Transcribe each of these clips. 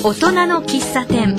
大人の喫茶店。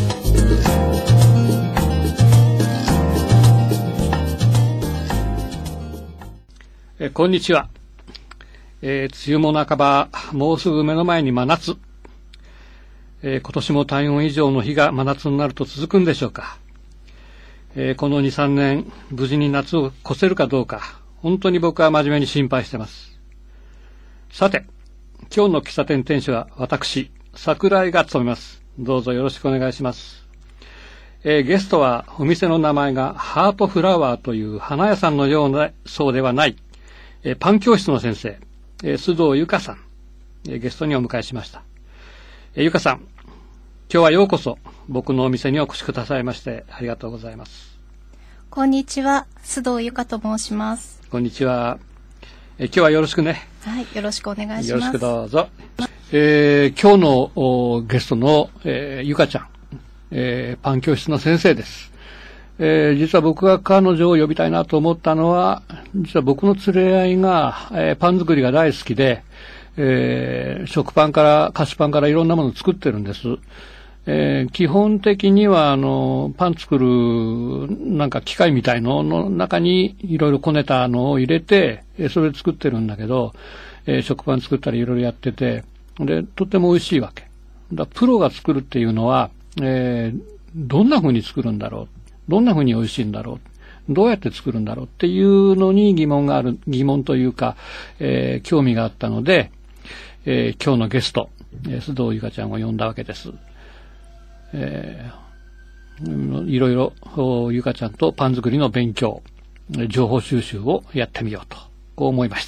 こんにちは。梅雨も半ば、もうすぐ目の前に真夏。今年も体温以上の日が真夏になると続くんでしょうか。この2、3年、無事に夏を越せるかどうか、本当に僕は真面目に心配しています。さて、今日の喫茶店店主は私、桜井が務めます。どうぞよろしくお願いします。ゲストはお店の名前がハートフラワーという花屋さんのような、そうではない、パン教室の先生、須藤由香さん、ゲストにお迎えしました。由香さん、今日はようこそ僕のお店にお越しくださいましてありがとうございます。 こんにちは、須藤由香と申します。 こんにちは。今日はよろしくね。 はい、よろしくお願いします。 よろしくどうぞ。今日のゲストの、由香ちゃん、パン教室の先生です。実は僕が彼女を呼びたいなと思ったのは、実は僕の連れ合いが、パン作りが大好きで、食パンから菓子パンからいろんなものを作ってるんです。基本的にはパン作るなんか機械みたいのの中にいろいろこねたのを入れて、それで作ってるんだけど、食パン作ったりいろいろやってて、でとっても美味しいわけだ。プロが作るっていうのは、どんな風に作るんだろう、どんな風に美味しいんだろう、どうやって作るんだろうっていうのに疑問というか、興味があったので、今日のゲスト、須藤由香ちゃんを呼んだわけです。いろいろ由香ちゃんとパン作りの勉強、情報収集をやってみようと、こう思いました。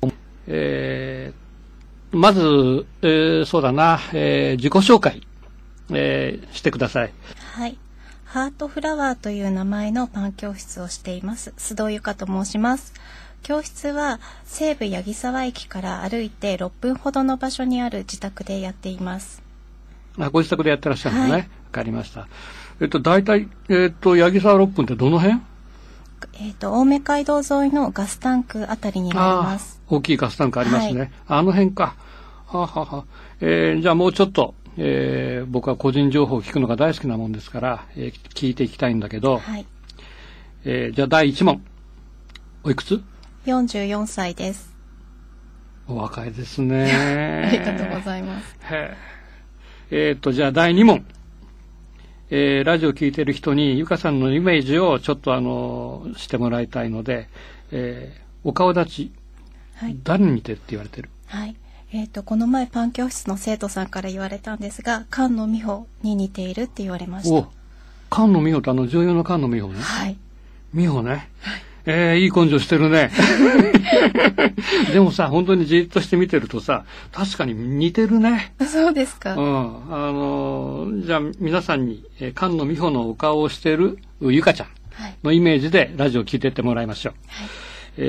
まず、そうだな、自己紹介、してください。 はい。ハートフラワーという名前のパン教室をしています須藤由香と申します。教室は西武八木沢駅から歩いて6分ほどの場所にある自宅でやっています。 ご自宅でやってらっしゃるのね。 はい、 わかりました。大体、八木沢6分ってどの辺？ 青梅街道沿いのガスタンクあたりになります。 大きいガスタンクありますね。はい、あの辺か。ははは。じゃあもうちょっと、僕は個人情報を聞くのが大好きなもんですから、聞いていきたいんだけど、 はい、 じゃあ第1問。おいくつ ？44歳です。 お若いですね。 ありがとうございます。 じゃあ第2問。ラジオを聞いている人に由香さんのイメージをちょっとしてもらいたいので、お顔立ち、はい、誰に似てるって言われてる？ はい。この前パン教室の生徒さんから言われたんですが、菅野美穂に似ているって言われました。 お、菅野美穂って女優の菅野美穂ね。 はい。 美穂ね。はい、いい根性してるね。でもさ、本当にじっとして見てるとさ、確かに似てるね。 そうですか。 うん。じゃあ皆さんに、菅野美穂のお顔をしている由香ちゃんのイメージでラジオを聞いてってもらいましょう。はい、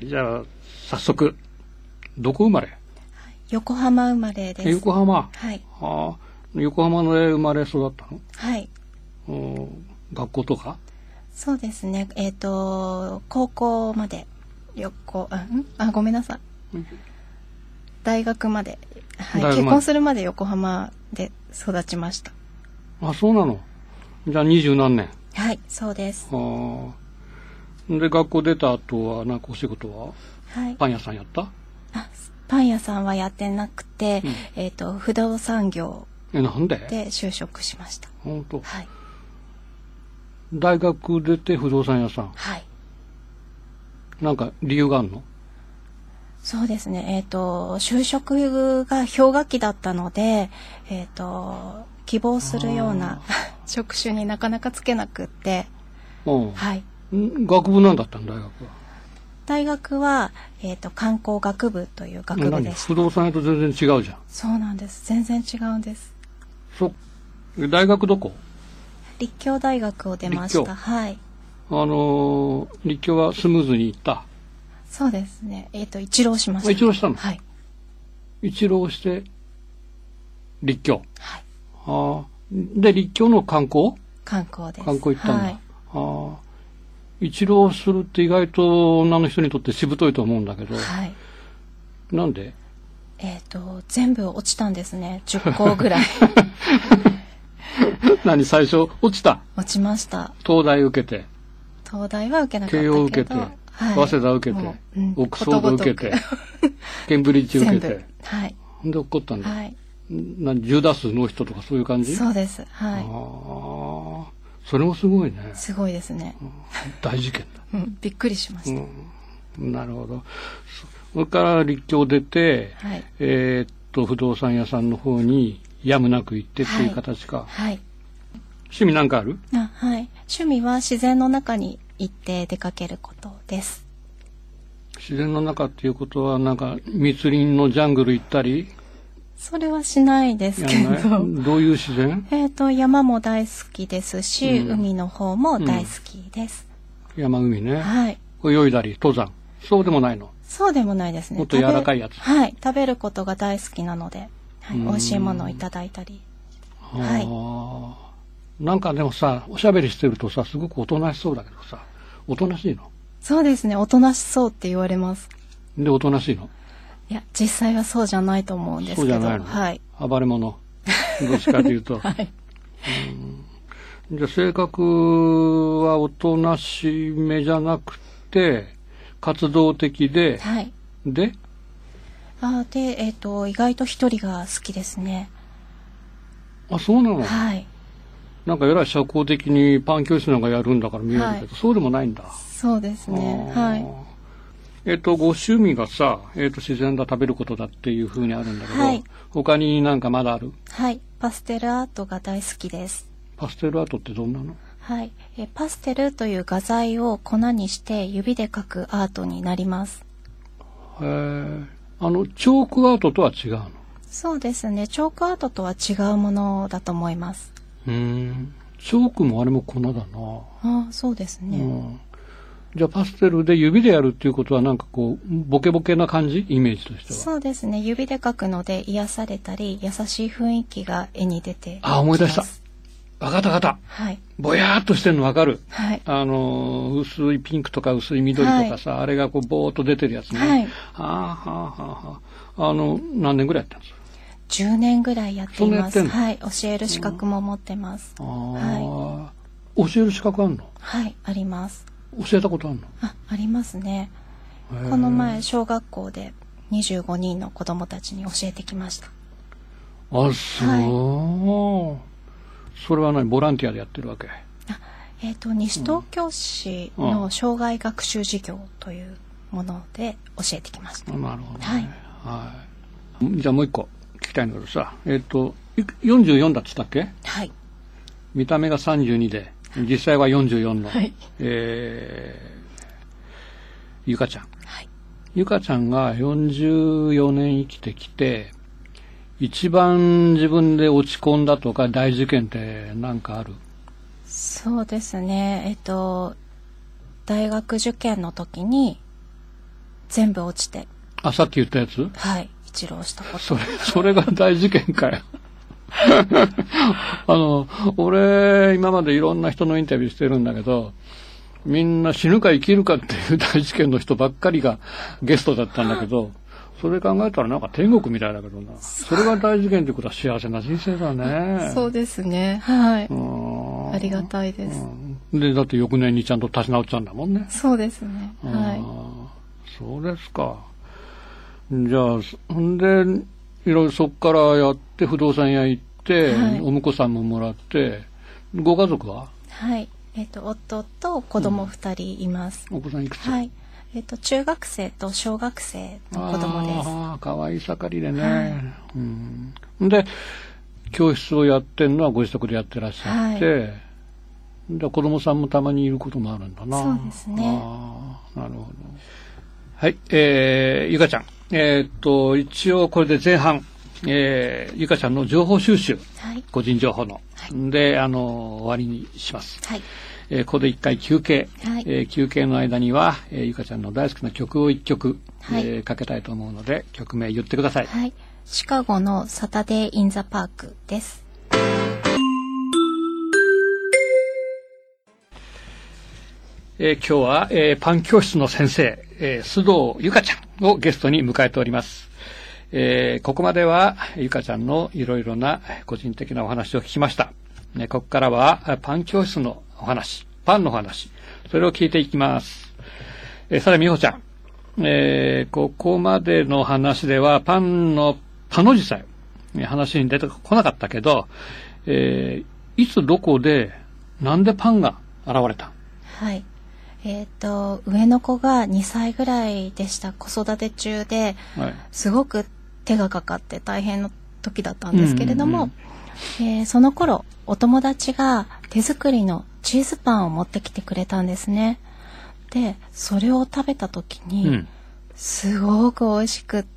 じゃあ早速、どこ生まれ？ 横浜生まれです。 横浜。 はい。 横浜の生まれ育ったの？ はい。 学校とか？ そうですね。高校までごめんなさい。大学まで、はい、結婚するまで横浜で育ちました。 あ、そうなの。じゃあ20何年？ はい、そうです。 で学校出た後は何かお仕事は？はい。パン屋さんやった？ パン屋さんはやってなくて、不動産業なんで就職しました。 本当？ はい。 大学出て不動産屋さん。 はい。 なんか理由があるの？ そうですね。就職が氷河期だったので、希望するような職種になかなかつけなくって。はい。 学部なんだったん？大学は。 大学は、観光学部という学部でした。 不動産屋と全然違うじゃん。 そうなんです。全然違うんです。 大学どこ？ 立教大学を出ました。はい。 立教はスムーズにいった？ そうですね。一浪しました。 一浪したの？ はい。 一浪して立教。 はい。 で立教の観光？ 観光です。 観光行ったんだ。 はい。 一浪するって意外と女の人にとってしぶといと思うんだけど。 はい。 なんで？ 全部落ちたんですね。10校ぐらい。 何、最初落ちた？ 落ちました。 東大受けて。 東大は受けなかったけど。 慶応受けて。はい、早稲田受けて。オックスフォード受けて。ケンブリッジ受けて。 はい。 で、起こったんだ。 はい。 10打数ノーヒットとかそういう感じ？ そうです。はい。 それもすごいね。 すごいですね。 大事件だ。 びっくりしました。 なるほど。それから立教出て、 はい、 不動産屋さんの方にやむなく行ってっていう形か。 はい。はい、 趣味なんかある？ はい。趣味は自然の中に行って出かけることです。 自然の中っていうことはなんか密林のジャングル行ったり？ それはしないですけど。 どういう自然？ 山も大好きですし、海の方も大好きです。 山、海ね。 はい。 泳いだり登山。そうでもないの？そうでもないですね。 もっと柔らかいやつ。 はい。食べることが大好きなので、はい、美味しいものをいただいたり。はい。 なんかでもさ、おしゃべりしてるとさ、すごくおとなしそうだけどさ、おとなしいの？ そうですね。おとなしそうって言われます。 で、おとなしいの？いや、実際はそうじゃないと思うんですけど。 そうじゃないの？ はい。 暴れ者。どっちかというと。 はい。 じゃあ性格はおとなしめじゃなくて、活動的で、 はい。 で、 意外と一人が好きですね。 あ、そうなの？ はい。 なんかえらい社交的にパン教室なんかやるんだから見えるけど、はい、そうでもないんだ。 そうですね。はい。 ご趣味がさ、自然だ、食べることだっていう風にあるんだけど、はい、他になんかまだある？ はい。パステルアートが大好きです。 パステルアートってどんなの？ はい。パステルという画材を粉にして指で描くアートになります。 チョークアートとは違うの？そうですね。チョークアートとは違うものだと思います。 チョークもあれも粉だな。 そうですね。 じゃあパステルで指でやるっていうことはなんかこうボケボケな感じ？イメージとしては。 そうですね。指で描くので癒されたり優しい雰囲気が絵に出てきます。 思い出した。わかったわかった。 はい。 ぼやーっとしてるのわかる。 はい。 薄いピンクとか薄い緑とかさ、あれがこうぼーっと出てるやつね。 はい。 何年ぐらいやったんですか ？10年ぐらいやっています。はい。教える資格も持ってます。 はい。教える資格あるの？はい、 あります。 教えたことあるの？ ありますね。この前小学校で25人の子供たちに教えてきました。 そう。はい、それは何？ボランティアでやってるわけ？ 西東京市の障害学習事業というもので教えてきました。 なるほどね。 はい。 はい。じゃあもう一個聞きたいんだけどさ、44だっつったっけ？はい。見た目が32で、実際は44の、はい、ゆかちゃん。はい。ゆかちゃんが44年生きてきて、一番自分で落ち込んだとか大事件って何かある？そうですね。大学受験の時に全部落ちて。さっき言ったやつ？はい。一浪したこと。それが大事件かよ。俺、今までいろんな人のインタビューしてるんだけど、みんな死ぬか生きるかっていう大事件の人ばっかりがゲストだったんだけど、それ考えたらなんか天国みたいだけどな。それが大事件ってことは幸せな人生だね。そうですね。はい。ありがたいです。で、だって翌年にちゃんと立ち直っちゃうんだもんね。そうですね。はい。そうですか。じゃあ、んで、いろいろそっからやって不動産屋行って、はい、お婿さんももらって、ご家族は？はい。夫と子供2人います。お子さんいくつ？はい。中学生と小学生の子供です。ああ、かわいい盛りでね。はい、で、教室をやってるのはご自宅でやってらっしゃって、はい、で子供さんもたまにいることもあるんだな。そうですね。なるほど。はい、ゆかちゃん。一応これで前半、ゆかちゃんの情報収集、はい、個人情報の、はい、で、終わりにします。はい。ここで一回休憩、はい、休憩の間には、ゆかちゃんの大好きな曲を一曲、はい、かけたいと思うので、曲名言ってください。はい。シカゴのサタデー・イン・ザ・パークです。今日は、パン教室の先生、須藤ゆかちゃんをゲストに迎えております。 ここまではゆかちゃんのいろいろな個人的なお話を聞きました。ここからはパン教室のお話、パンのお話、それを聞いていきます。さらに美穂ちゃん、ここまでの話ではパンの字さえ話に出てこなかったけど、いつどこでなんでパンが現れた？ はい。上の子が2歳ぐらいでした。子育て中で、はい、すごく手がかかって大変な時だったんですけれども、その頃お友達が手作りのチーズパンを持ってきてくれたんですね。で、それを食べた時に、すごく美味しくって、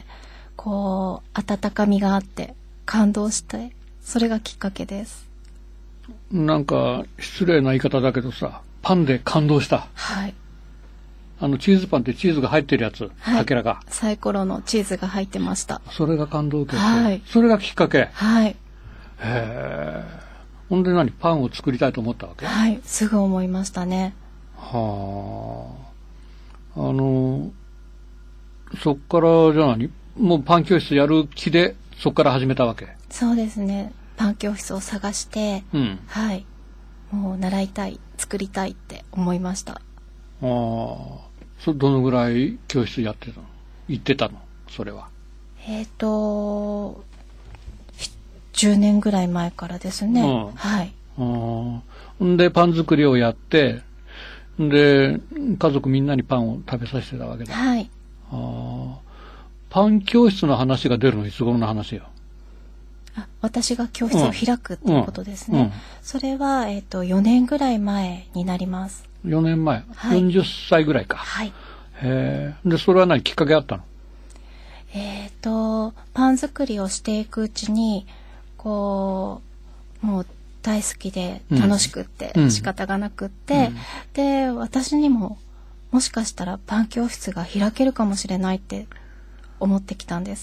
こう温かみがあって感動して、それがきっかけです。 なんか失礼な言い方だけどさ、パンで感動した。 はい。 チーズパンってチーズが入ってるやつ、かけらが。 サイコロのチーズが入ってました。 それが感動を受けて、 はい、 それがきっかけ。 はい。 へえ。ほんでパンを作りたいと思ったわけ？ はい、すぐ思いましたね。 はあ。そっからじゃもうパン教室やる気でそっから始めたわけ？そうですね。パン教室を探して、はい。もう習いたい、作りたいって思いました。 どのぐらい教室やってたの？行ってたの？それは。 10年ぐらい前からですね。はい。 で、パン作りをやって、で、家族みんなにパンを食べさせてたわけだ。 はい。 パン教室の話が出るのいつ頃の話よ？ 私が教室を開くっていうことですね。それは、4年ぐらい前になります。 4年前、はい、40歳ぐらいか。 はい。 で、それはきっかけあったの？パン作りをしていくうちに、もう大好きで楽しくって仕方がなくって、で、私にももしかしたらパン教室が開けるかもしれないって思ってきたんです。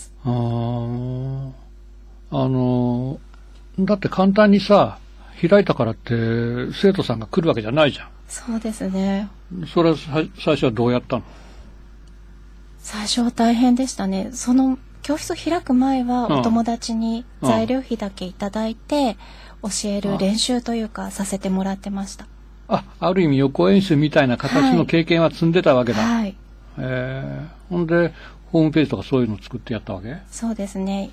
だって簡単にさ、開いたからって生徒さんが来るわけじゃないじゃん。 そうですね。 それは最初はどうやったの？ 最初は大変でしたね。その教室を開く前はお友達に材料費だけいただいて教える練習というかさせてもらってました。 ある意味予行演習みたいな形の経験は積んでたわけだ。 はい。 ほんでホームページとかそういうのを作ってやったわけ？ そうですね。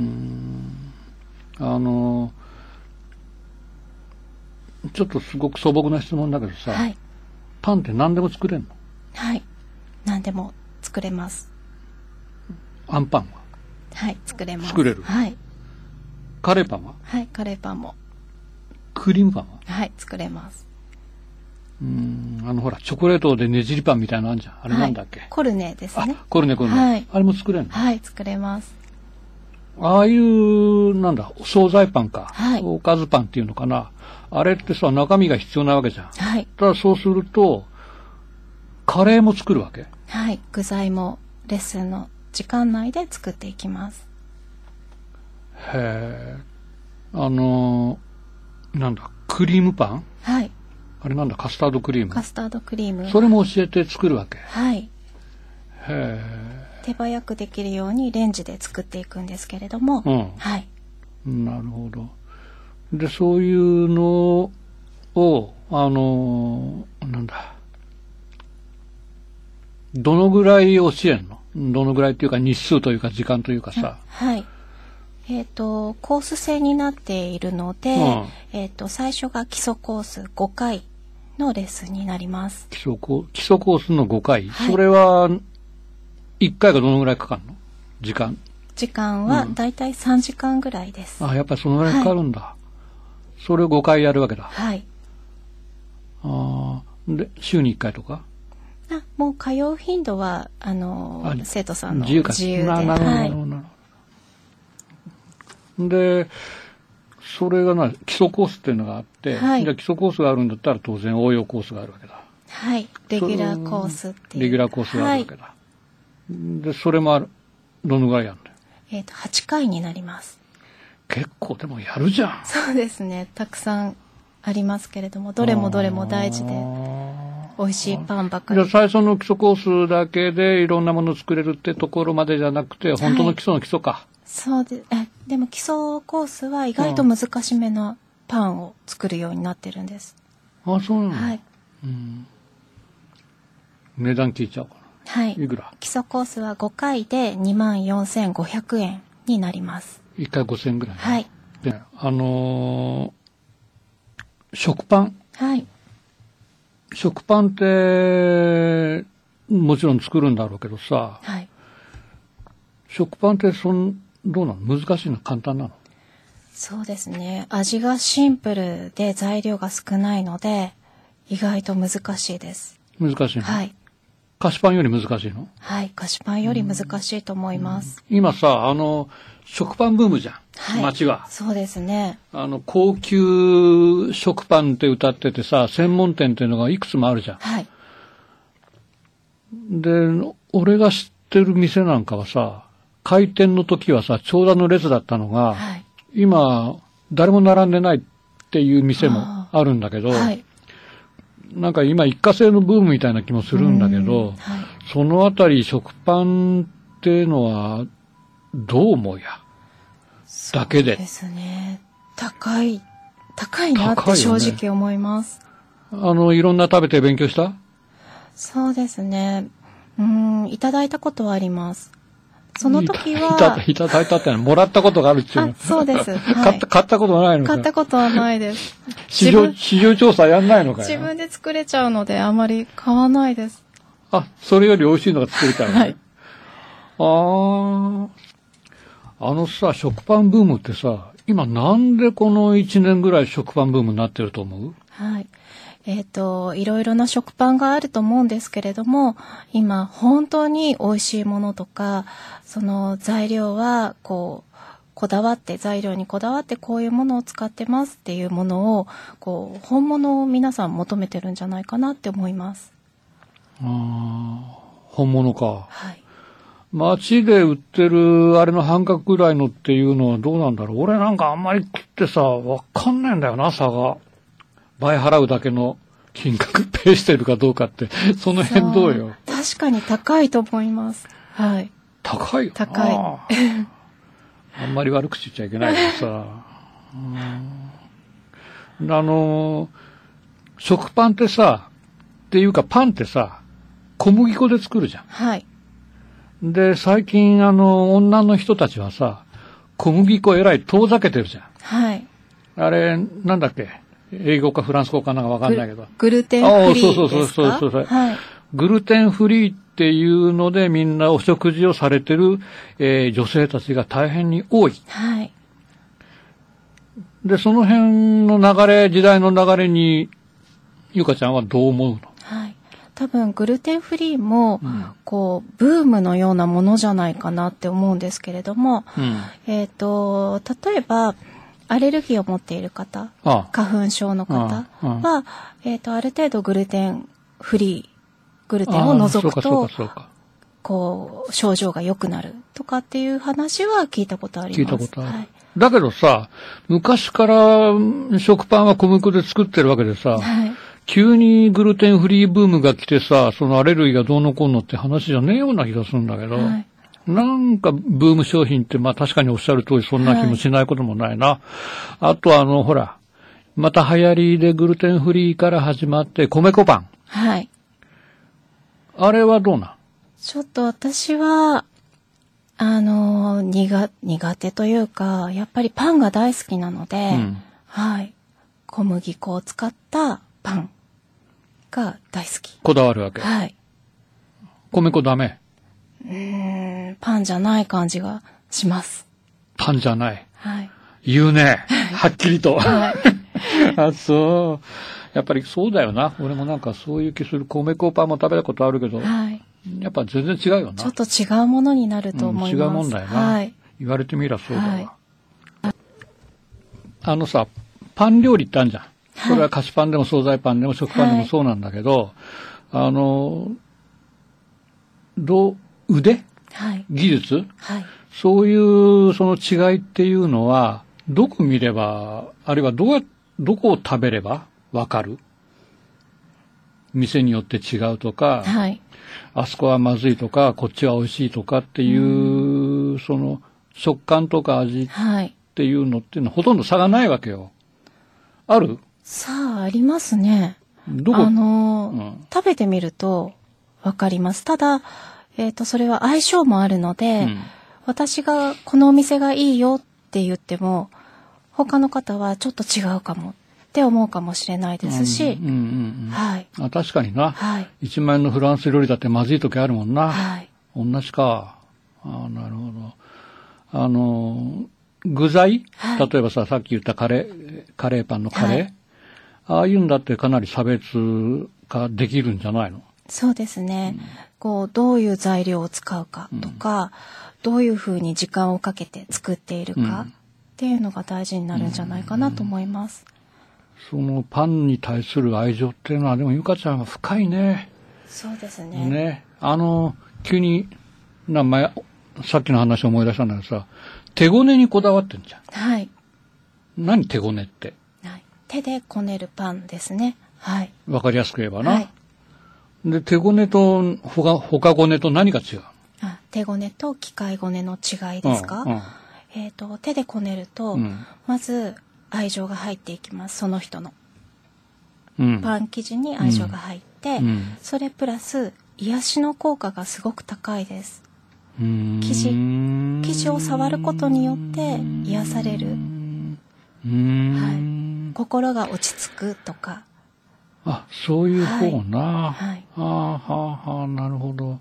ちょっとすごく素朴な質問だけどさ、 はい、 パンって何でも作れんの？ はい、何でも作れます。 あんパンは？ はい、作れます。 作れる？ はい。 カレーパンは？ はい、カレーパンも。 クリームパンは？ はい、作れます。 ほらチョコレートでねじりパンみたいなのあるじゃん。あれなんだっけ？ コルネですね。 コルネ、はい、あれも作れんの？ はい、作れます。 ああいう惣菜パンか、 はい、 おかずパンっていうのかな、あれってさ中身が必要なわけじゃん。 はい。 ただそうするとカレーも作るわけ？ はい、具材もレッスンの時間内で作っていきます。 へえ。クリームパン？ はい。 あれカスタードクリーム？ カスタードクリーム。 それも教えて作るわけ？ はい。 へえ。 手早くできるようにレンジで作っていくんですけれども、はい。 なるほど。で、そういうのを、どのぐらい教えんの？どのぐらいっていうか日数というか時間というかさ。 はい。コース制になっているので、最初が基礎コース5回のレッスンになります。 基礎コースの5回？ はい、 それは、1回がどのぐらいかかるの？時間はだいたい3時間ぐらいです。 やっぱりそのぐらいかかるんだ。はい、それを5回やるわけだ。 はい。 で、週に1回とか？ もう通う頻度は、生徒さんの自由で。 なるほど。で、それが基礎コースっていうのがあって、 はい、 じゃあ基礎コースがあるんだったら当然応用コースがあるわけだ。 はい。レギュラーコースっていう。 レギュラーコースがあるわけだ。はい、で、それもどのぐらいやるんだよ ？8回になります。 結構でもやるじゃん。 そうですね。たくさんありますけれども、どれも大事で。 美味しいパンばかり。 じゃあ最初の基礎コースだけでいろんなものを作れるってところまでじゃなくて、本当の基礎の基礎か。 そうで、でも基礎コースは意外と難しめなパンを作るようになってるんです。 あ、そうなの。 はい。 値段聞いちゃおうかな。 はい。 いくら？ 基礎コースは5回で24,500円になります。 1回5,000円ぐらい。 はい。 で、食パン。 はい。 食パンってもちろん作るんだろうけどさ、 はい。 食パンってどうなの？難しいの？簡単なの？ そうですね。味がシンプルで材料が少ないので意外と難しいです。 難しいの？ はい。 菓子パンより難しいの？ はい。菓子パンより難しいと思います。 今さ、食パンブームじゃん。 はい。 街は。 そうですね。 高級食パンって歌っててさ、専門店っていうのがいくつもあるじゃん。 はい。 で、俺が知ってる店なんかはさ、開店の時はさ、長蛇の列だったのが、 はい。 今、誰も並んでないっていう店もあるんだけど、 はい。 なんか今一過性のブームみたいな気もするんだけど、 はい。 そのあたり食パンっていうのはどう思うや？だけで。 そうですね。高いなって正直思います。 いろんな食べて勉強した？ そうですね。いただいたことはあります。その時は。 いただいたってのはもらったことがあるっていうの？ そうです。はい、 買ったことはないのか？ 買ったことはないです。 市場調査やんないのかよ？ 自分で作れちゃうのであまり買わないです。 あ、それより美味しいのが作りたいのね。 はい。 さ、食パンブームってさ、今なんでこの1年ぐらい食パンブームになってると思う？ はい。いろいろな食パンがあると思うんですけれども、今本当に美味しいものとか、その材料は材料にこだわってこういうものを使ってますっていうものを、本物を皆さん求めてるんじゃないかなって思います。 本物か。 はい。 街で売ってるあれの半額ぐらいのっていうのはどうなんだろう？俺なんかあんまり食ってさ、わかんないんだよな、差が。倍払うだけの金額ペイしてるかどうかって、その辺どうよ？ 確かに高いと思います。はい。 高いよな。 高い。 あんまり悪口言っちゃいけないけどさ。食パンってさ、っていうかパンってさ、小麦粉で作るじゃん。 はい。 で、最近女の人たちはさ、小麦粉えらい遠ざけてるじゃん。 はい。 あれ、なんだっけ？英語かフランス語かなんかわかんないけど。 グルテンフリーですか？ そう。 はい。 グルテンフリーっていうのでみんなお食事をされてる、女性たちが大変に多い。 はい。 で、その辺の流れ、時代の流れに、ゆかちゃんはどう思うの？ はい。多分グルテンフリーも、ブームのようなものじゃないかなって思うんですけれども、例えば、アレルギーを持っている方、花粉症の方は、ある程度グルテンフリー、グルテンを除くと、症状が良くなるとかっていう話は聞いたことあります。 聞いたことある。はい、だけどさ、昔から食パンは小麦粉で作ってるわけでさ、はい、急にグルテンフリーブームが来てさ、そのアレルギーがどうのこうのって話じゃねえような気がするんだけど、はい、なんかブーム商品って確かにおっしゃる通りそんな気もしないこともないな。はい、あとほら、また流行りでグルテンフリーから始まって米粉パン。 はい。 あれはどうなん？ ちょっと私は、苦手というか、やっぱりパンが大好きなので、はい。小麦粉を使ったパンが大好き。 こだわるわけ？ はい。 米粉ダメ？ パンじゃない感じがします。 パンじゃない。 はい。 言うね。はっきりと。 はい。 あ、そう。やっぱりそうだよな。俺もなんかそういう気する。米粉パンも食べたことあるけど。はい。やっぱ全然違うよな。 ちょっと違うものになると思います。 違うもんだよな。はい。言われてみりゃそうだわ。はい、さ、パン料理ってあるじゃん。それは菓子パンでも惣菜パンでも食パンでもそうなんだけど、はい、腕、はい、技術、はい、そういうその違いっていうのは、どこ見れば、あるいはどこを食べればわかる？ 店によって違うとか、 はい。 あそこはまずいとか、こっちは美味しいとかっていう、その食感とか味っていうのっていうのはほとんど差がないわけよ。ある？ さあ、ありますね。 どこ？ 食べてみるとわかります。ただ、それは相性もあるので、私がこのお店がいいよって言っても、他の方はちょっと違うかもって思うかもしれないですし、はい。 確かにな。 はい。 1万円のフランス料理だってまずい時あるもんな。 はい。 同じか。なるほど。具材、 はい、 例えばさっき言ったカレーパンのカレー、はい、ああいうんだってかなり差別化できるんじゃないの？ そうですね。どういう材料を使うかとか、どういうふうに時間をかけて作っているかっていうのが大事になるんじゃないかなと思います。 そのパンに対する愛情っていうのはでもゆかちゃんは深いね。 そうですね。 ね。急にさっきの話を思い出したんだけどさ、手ごねにこだわってんじゃん。 はい。 何手ごねって？ はい。手でこねるパンですね。はい。 わかりやすく言えばな。 はい。 で、手ごねとほかごねと何が違う？ 手ごねと機械ごねの違いですか？手でこねると、まず愛情が入っていきます。その人の。パン生地に愛情が入って、それプラス癒しの効果がすごく高いです。生地を触ることによって癒される。はい。心が落ち着くとか。 そういう方な。 はい。 なるほど。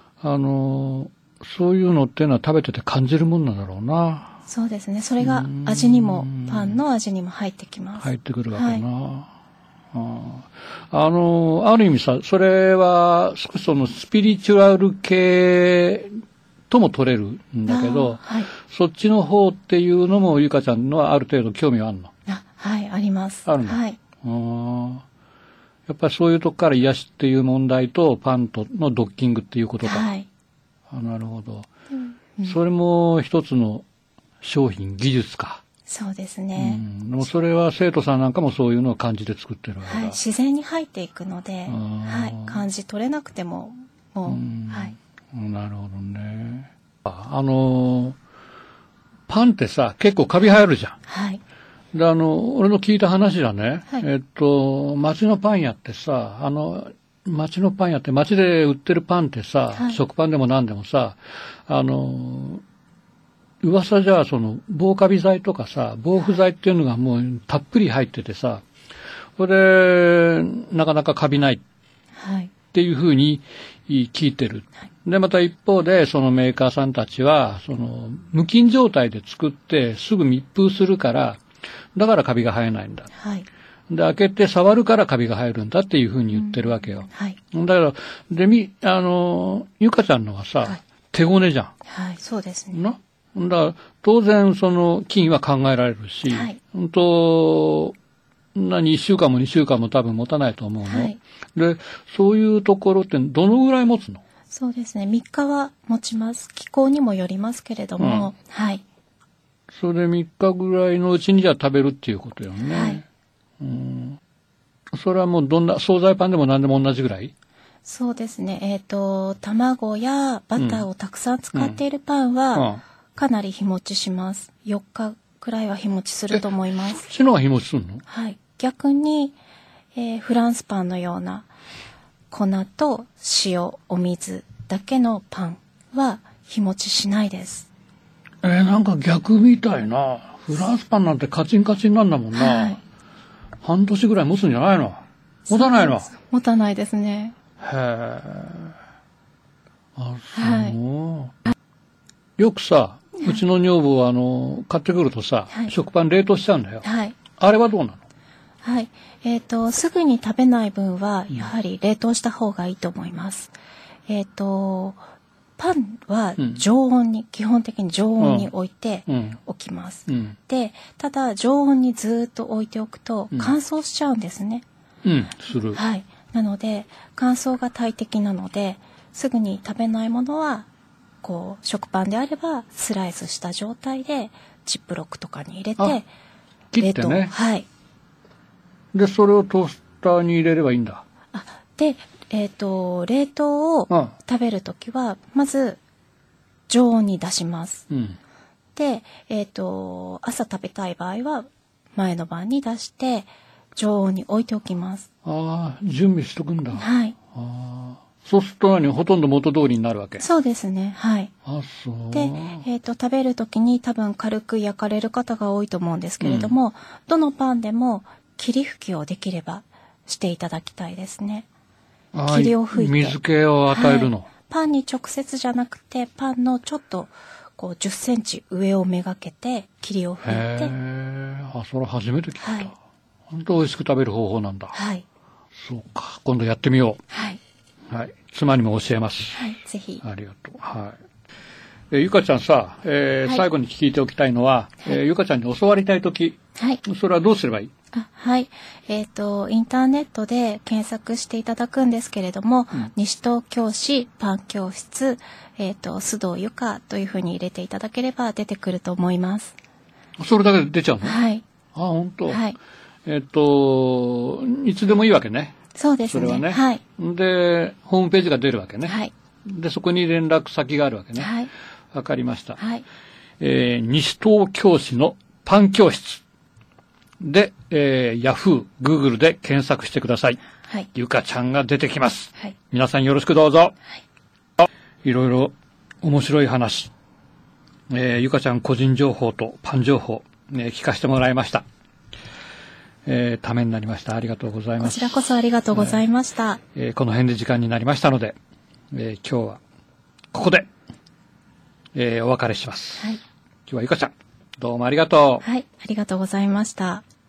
そういうのっていうのは食べてて感じるもんなんだろうな。 そうですね。それが味にも、パンの味にも入ってきます。 入ってくるわけな。ある意味さ、それは少しそのスピリチュアル系とも取れるんだけど、そっちの方っていうのもゆかちゃんのはある程度興味はあるの？ はい、あります。 あるの？ はい。 やっぱりそういうとこから癒しっていう問題とパンとのドッキングっていうことか。 はい。 なるほど。それも一つの商品、技術か。 そうですね。 でもそれは生徒さんなんかもそういうのを感じて作ってるわけだ。 はい、自然に入っていくので、はい、感じ取れなくても、もう、はい。 なるほどね。パンってさ、結構カビ生えるじゃん。 はい。 で、俺の聞いた話だね。 はい、 町のパン屋ってさ、町のパン屋って町で売ってるパンってさ、食パンでも何でもさ、噂じゃ防カビ剤とかさ、防腐剤っていうのがもうたっぷり入っててさ、それで、なかなかカビないっていうふうに聞いてる。で、また一方で、そのメーカーさんたちは、無菌状態で作ってすぐ密封するから、だからカビが生えないんだ。 はい。 で、開けて触るからカビが生えるんだっていうふうに言ってるわけよ。 はい。 だから、ゆかちゃんのはさ、手ごねじゃん。 はい、そうですね。 だから当然菌は考えられるし、はい、1週間も2週間も多分持たないと思うの。はい、で、そういうところってどのぐらい持つの？ そうですね。3日は持ちます。気候にもよりますけれども、はい。 それ3日ぐらいのうちにじゃあ食べるっていうことよね。はい。それはもう惣菜パンでも何でも同じぐらい？ そうですね。卵やバターをたくさん使っているパンは、かなり日持ちします。4日くらいは日持ちすると思います。 そっちの方が日持ちするの？ はい。逆に、フランスパンのような粉と塩、お水だけのパンは日持ちしないです。 なんか逆みたいな。フランスパンなんてカチンカチンなんだもんな。はい、半年ぐらい持つんじゃないの？持たないの？ 持たないですね。 へえ。そう。よくさ、うちの女房は買ってくるとさ、食パン冷凍しちゃうんだよ。はい。あれはどうなの？ はい。すぐに食べない分は、やはり冷凍した方がいいと思います。パンは常温に、基本的に常温に置いておきます。で、ただ常温にずっと置いておくと乾燥しちゃうんですね。 する。 はい。なので、乾燥が大敵なので、すぐに食べないものは、食パンであればスライスした状態でジップロックとかに入れて切ってね。 はい。 でそれをトースターに入れればいいんだ。 で、冷凍をうん食べるときは、まず、常温に出します。 うん。 で、朝食べたい場合は、前の晩に出して、常温に置いておきます。 ああ、準備しとくんだ。 はい。 ああ。そうするとほとんど元通りになるわけ。 そうですね。はい。 あ、そう。 で、食べるときに多分軽く焼かれる方が多いと思うんですけれども、どのパンでも霧吹きをできればしていただきたいですね。霧を吹いて。 水気を与えるの。 はい、パンに直接じゃなくて、パンのちょっとこう10センチ上をめがけて霧を吹いて。 へえ。あ、それ初めて聞いた。 はい。 本当美味しく食べる方法なんだ。 はい。 そうか。今度やってみよう。 はい。 はい。妻にも教えます。 はい。ぜひ。 ありがとう。はい。ゆかちゃんさ、はい、最後に聞いておきたいのは、ゆかちゃんに教わりたいとき、 はい。 それはどうすればいい？ はい。インターネットで検索していただくんですけれども、西東京市パン教室、須藤ゆかというふうに入れていただければ出てくると思います。それだけで出ちゃうの？ はい。 あ、本当。 はい。 いつでもいいわけね。 そうですね。 それはね。 はい。 で、ホームページが出るわけね。 はい。 で、そこに連絡先があるわけね。 はい。 わかりました。 はい。 西東京市のパン教室で、Yahoo、Google で検索してください。 はい。 ゆかちゃんが出てきます。 はい。 皆さんよろしくどうぞ。はい。いろいろ面白い話。ゆかちゃん個人情報とパン情報、聞かせてもらいました。ためになりました。ありがとうございます。 こちらこそありがとうございました。 この辺で時間になりましたので、今日はここで、お別れします。 はい。 今日はゆかちゃん、どうもありがとう。 はい、ありがとうございました。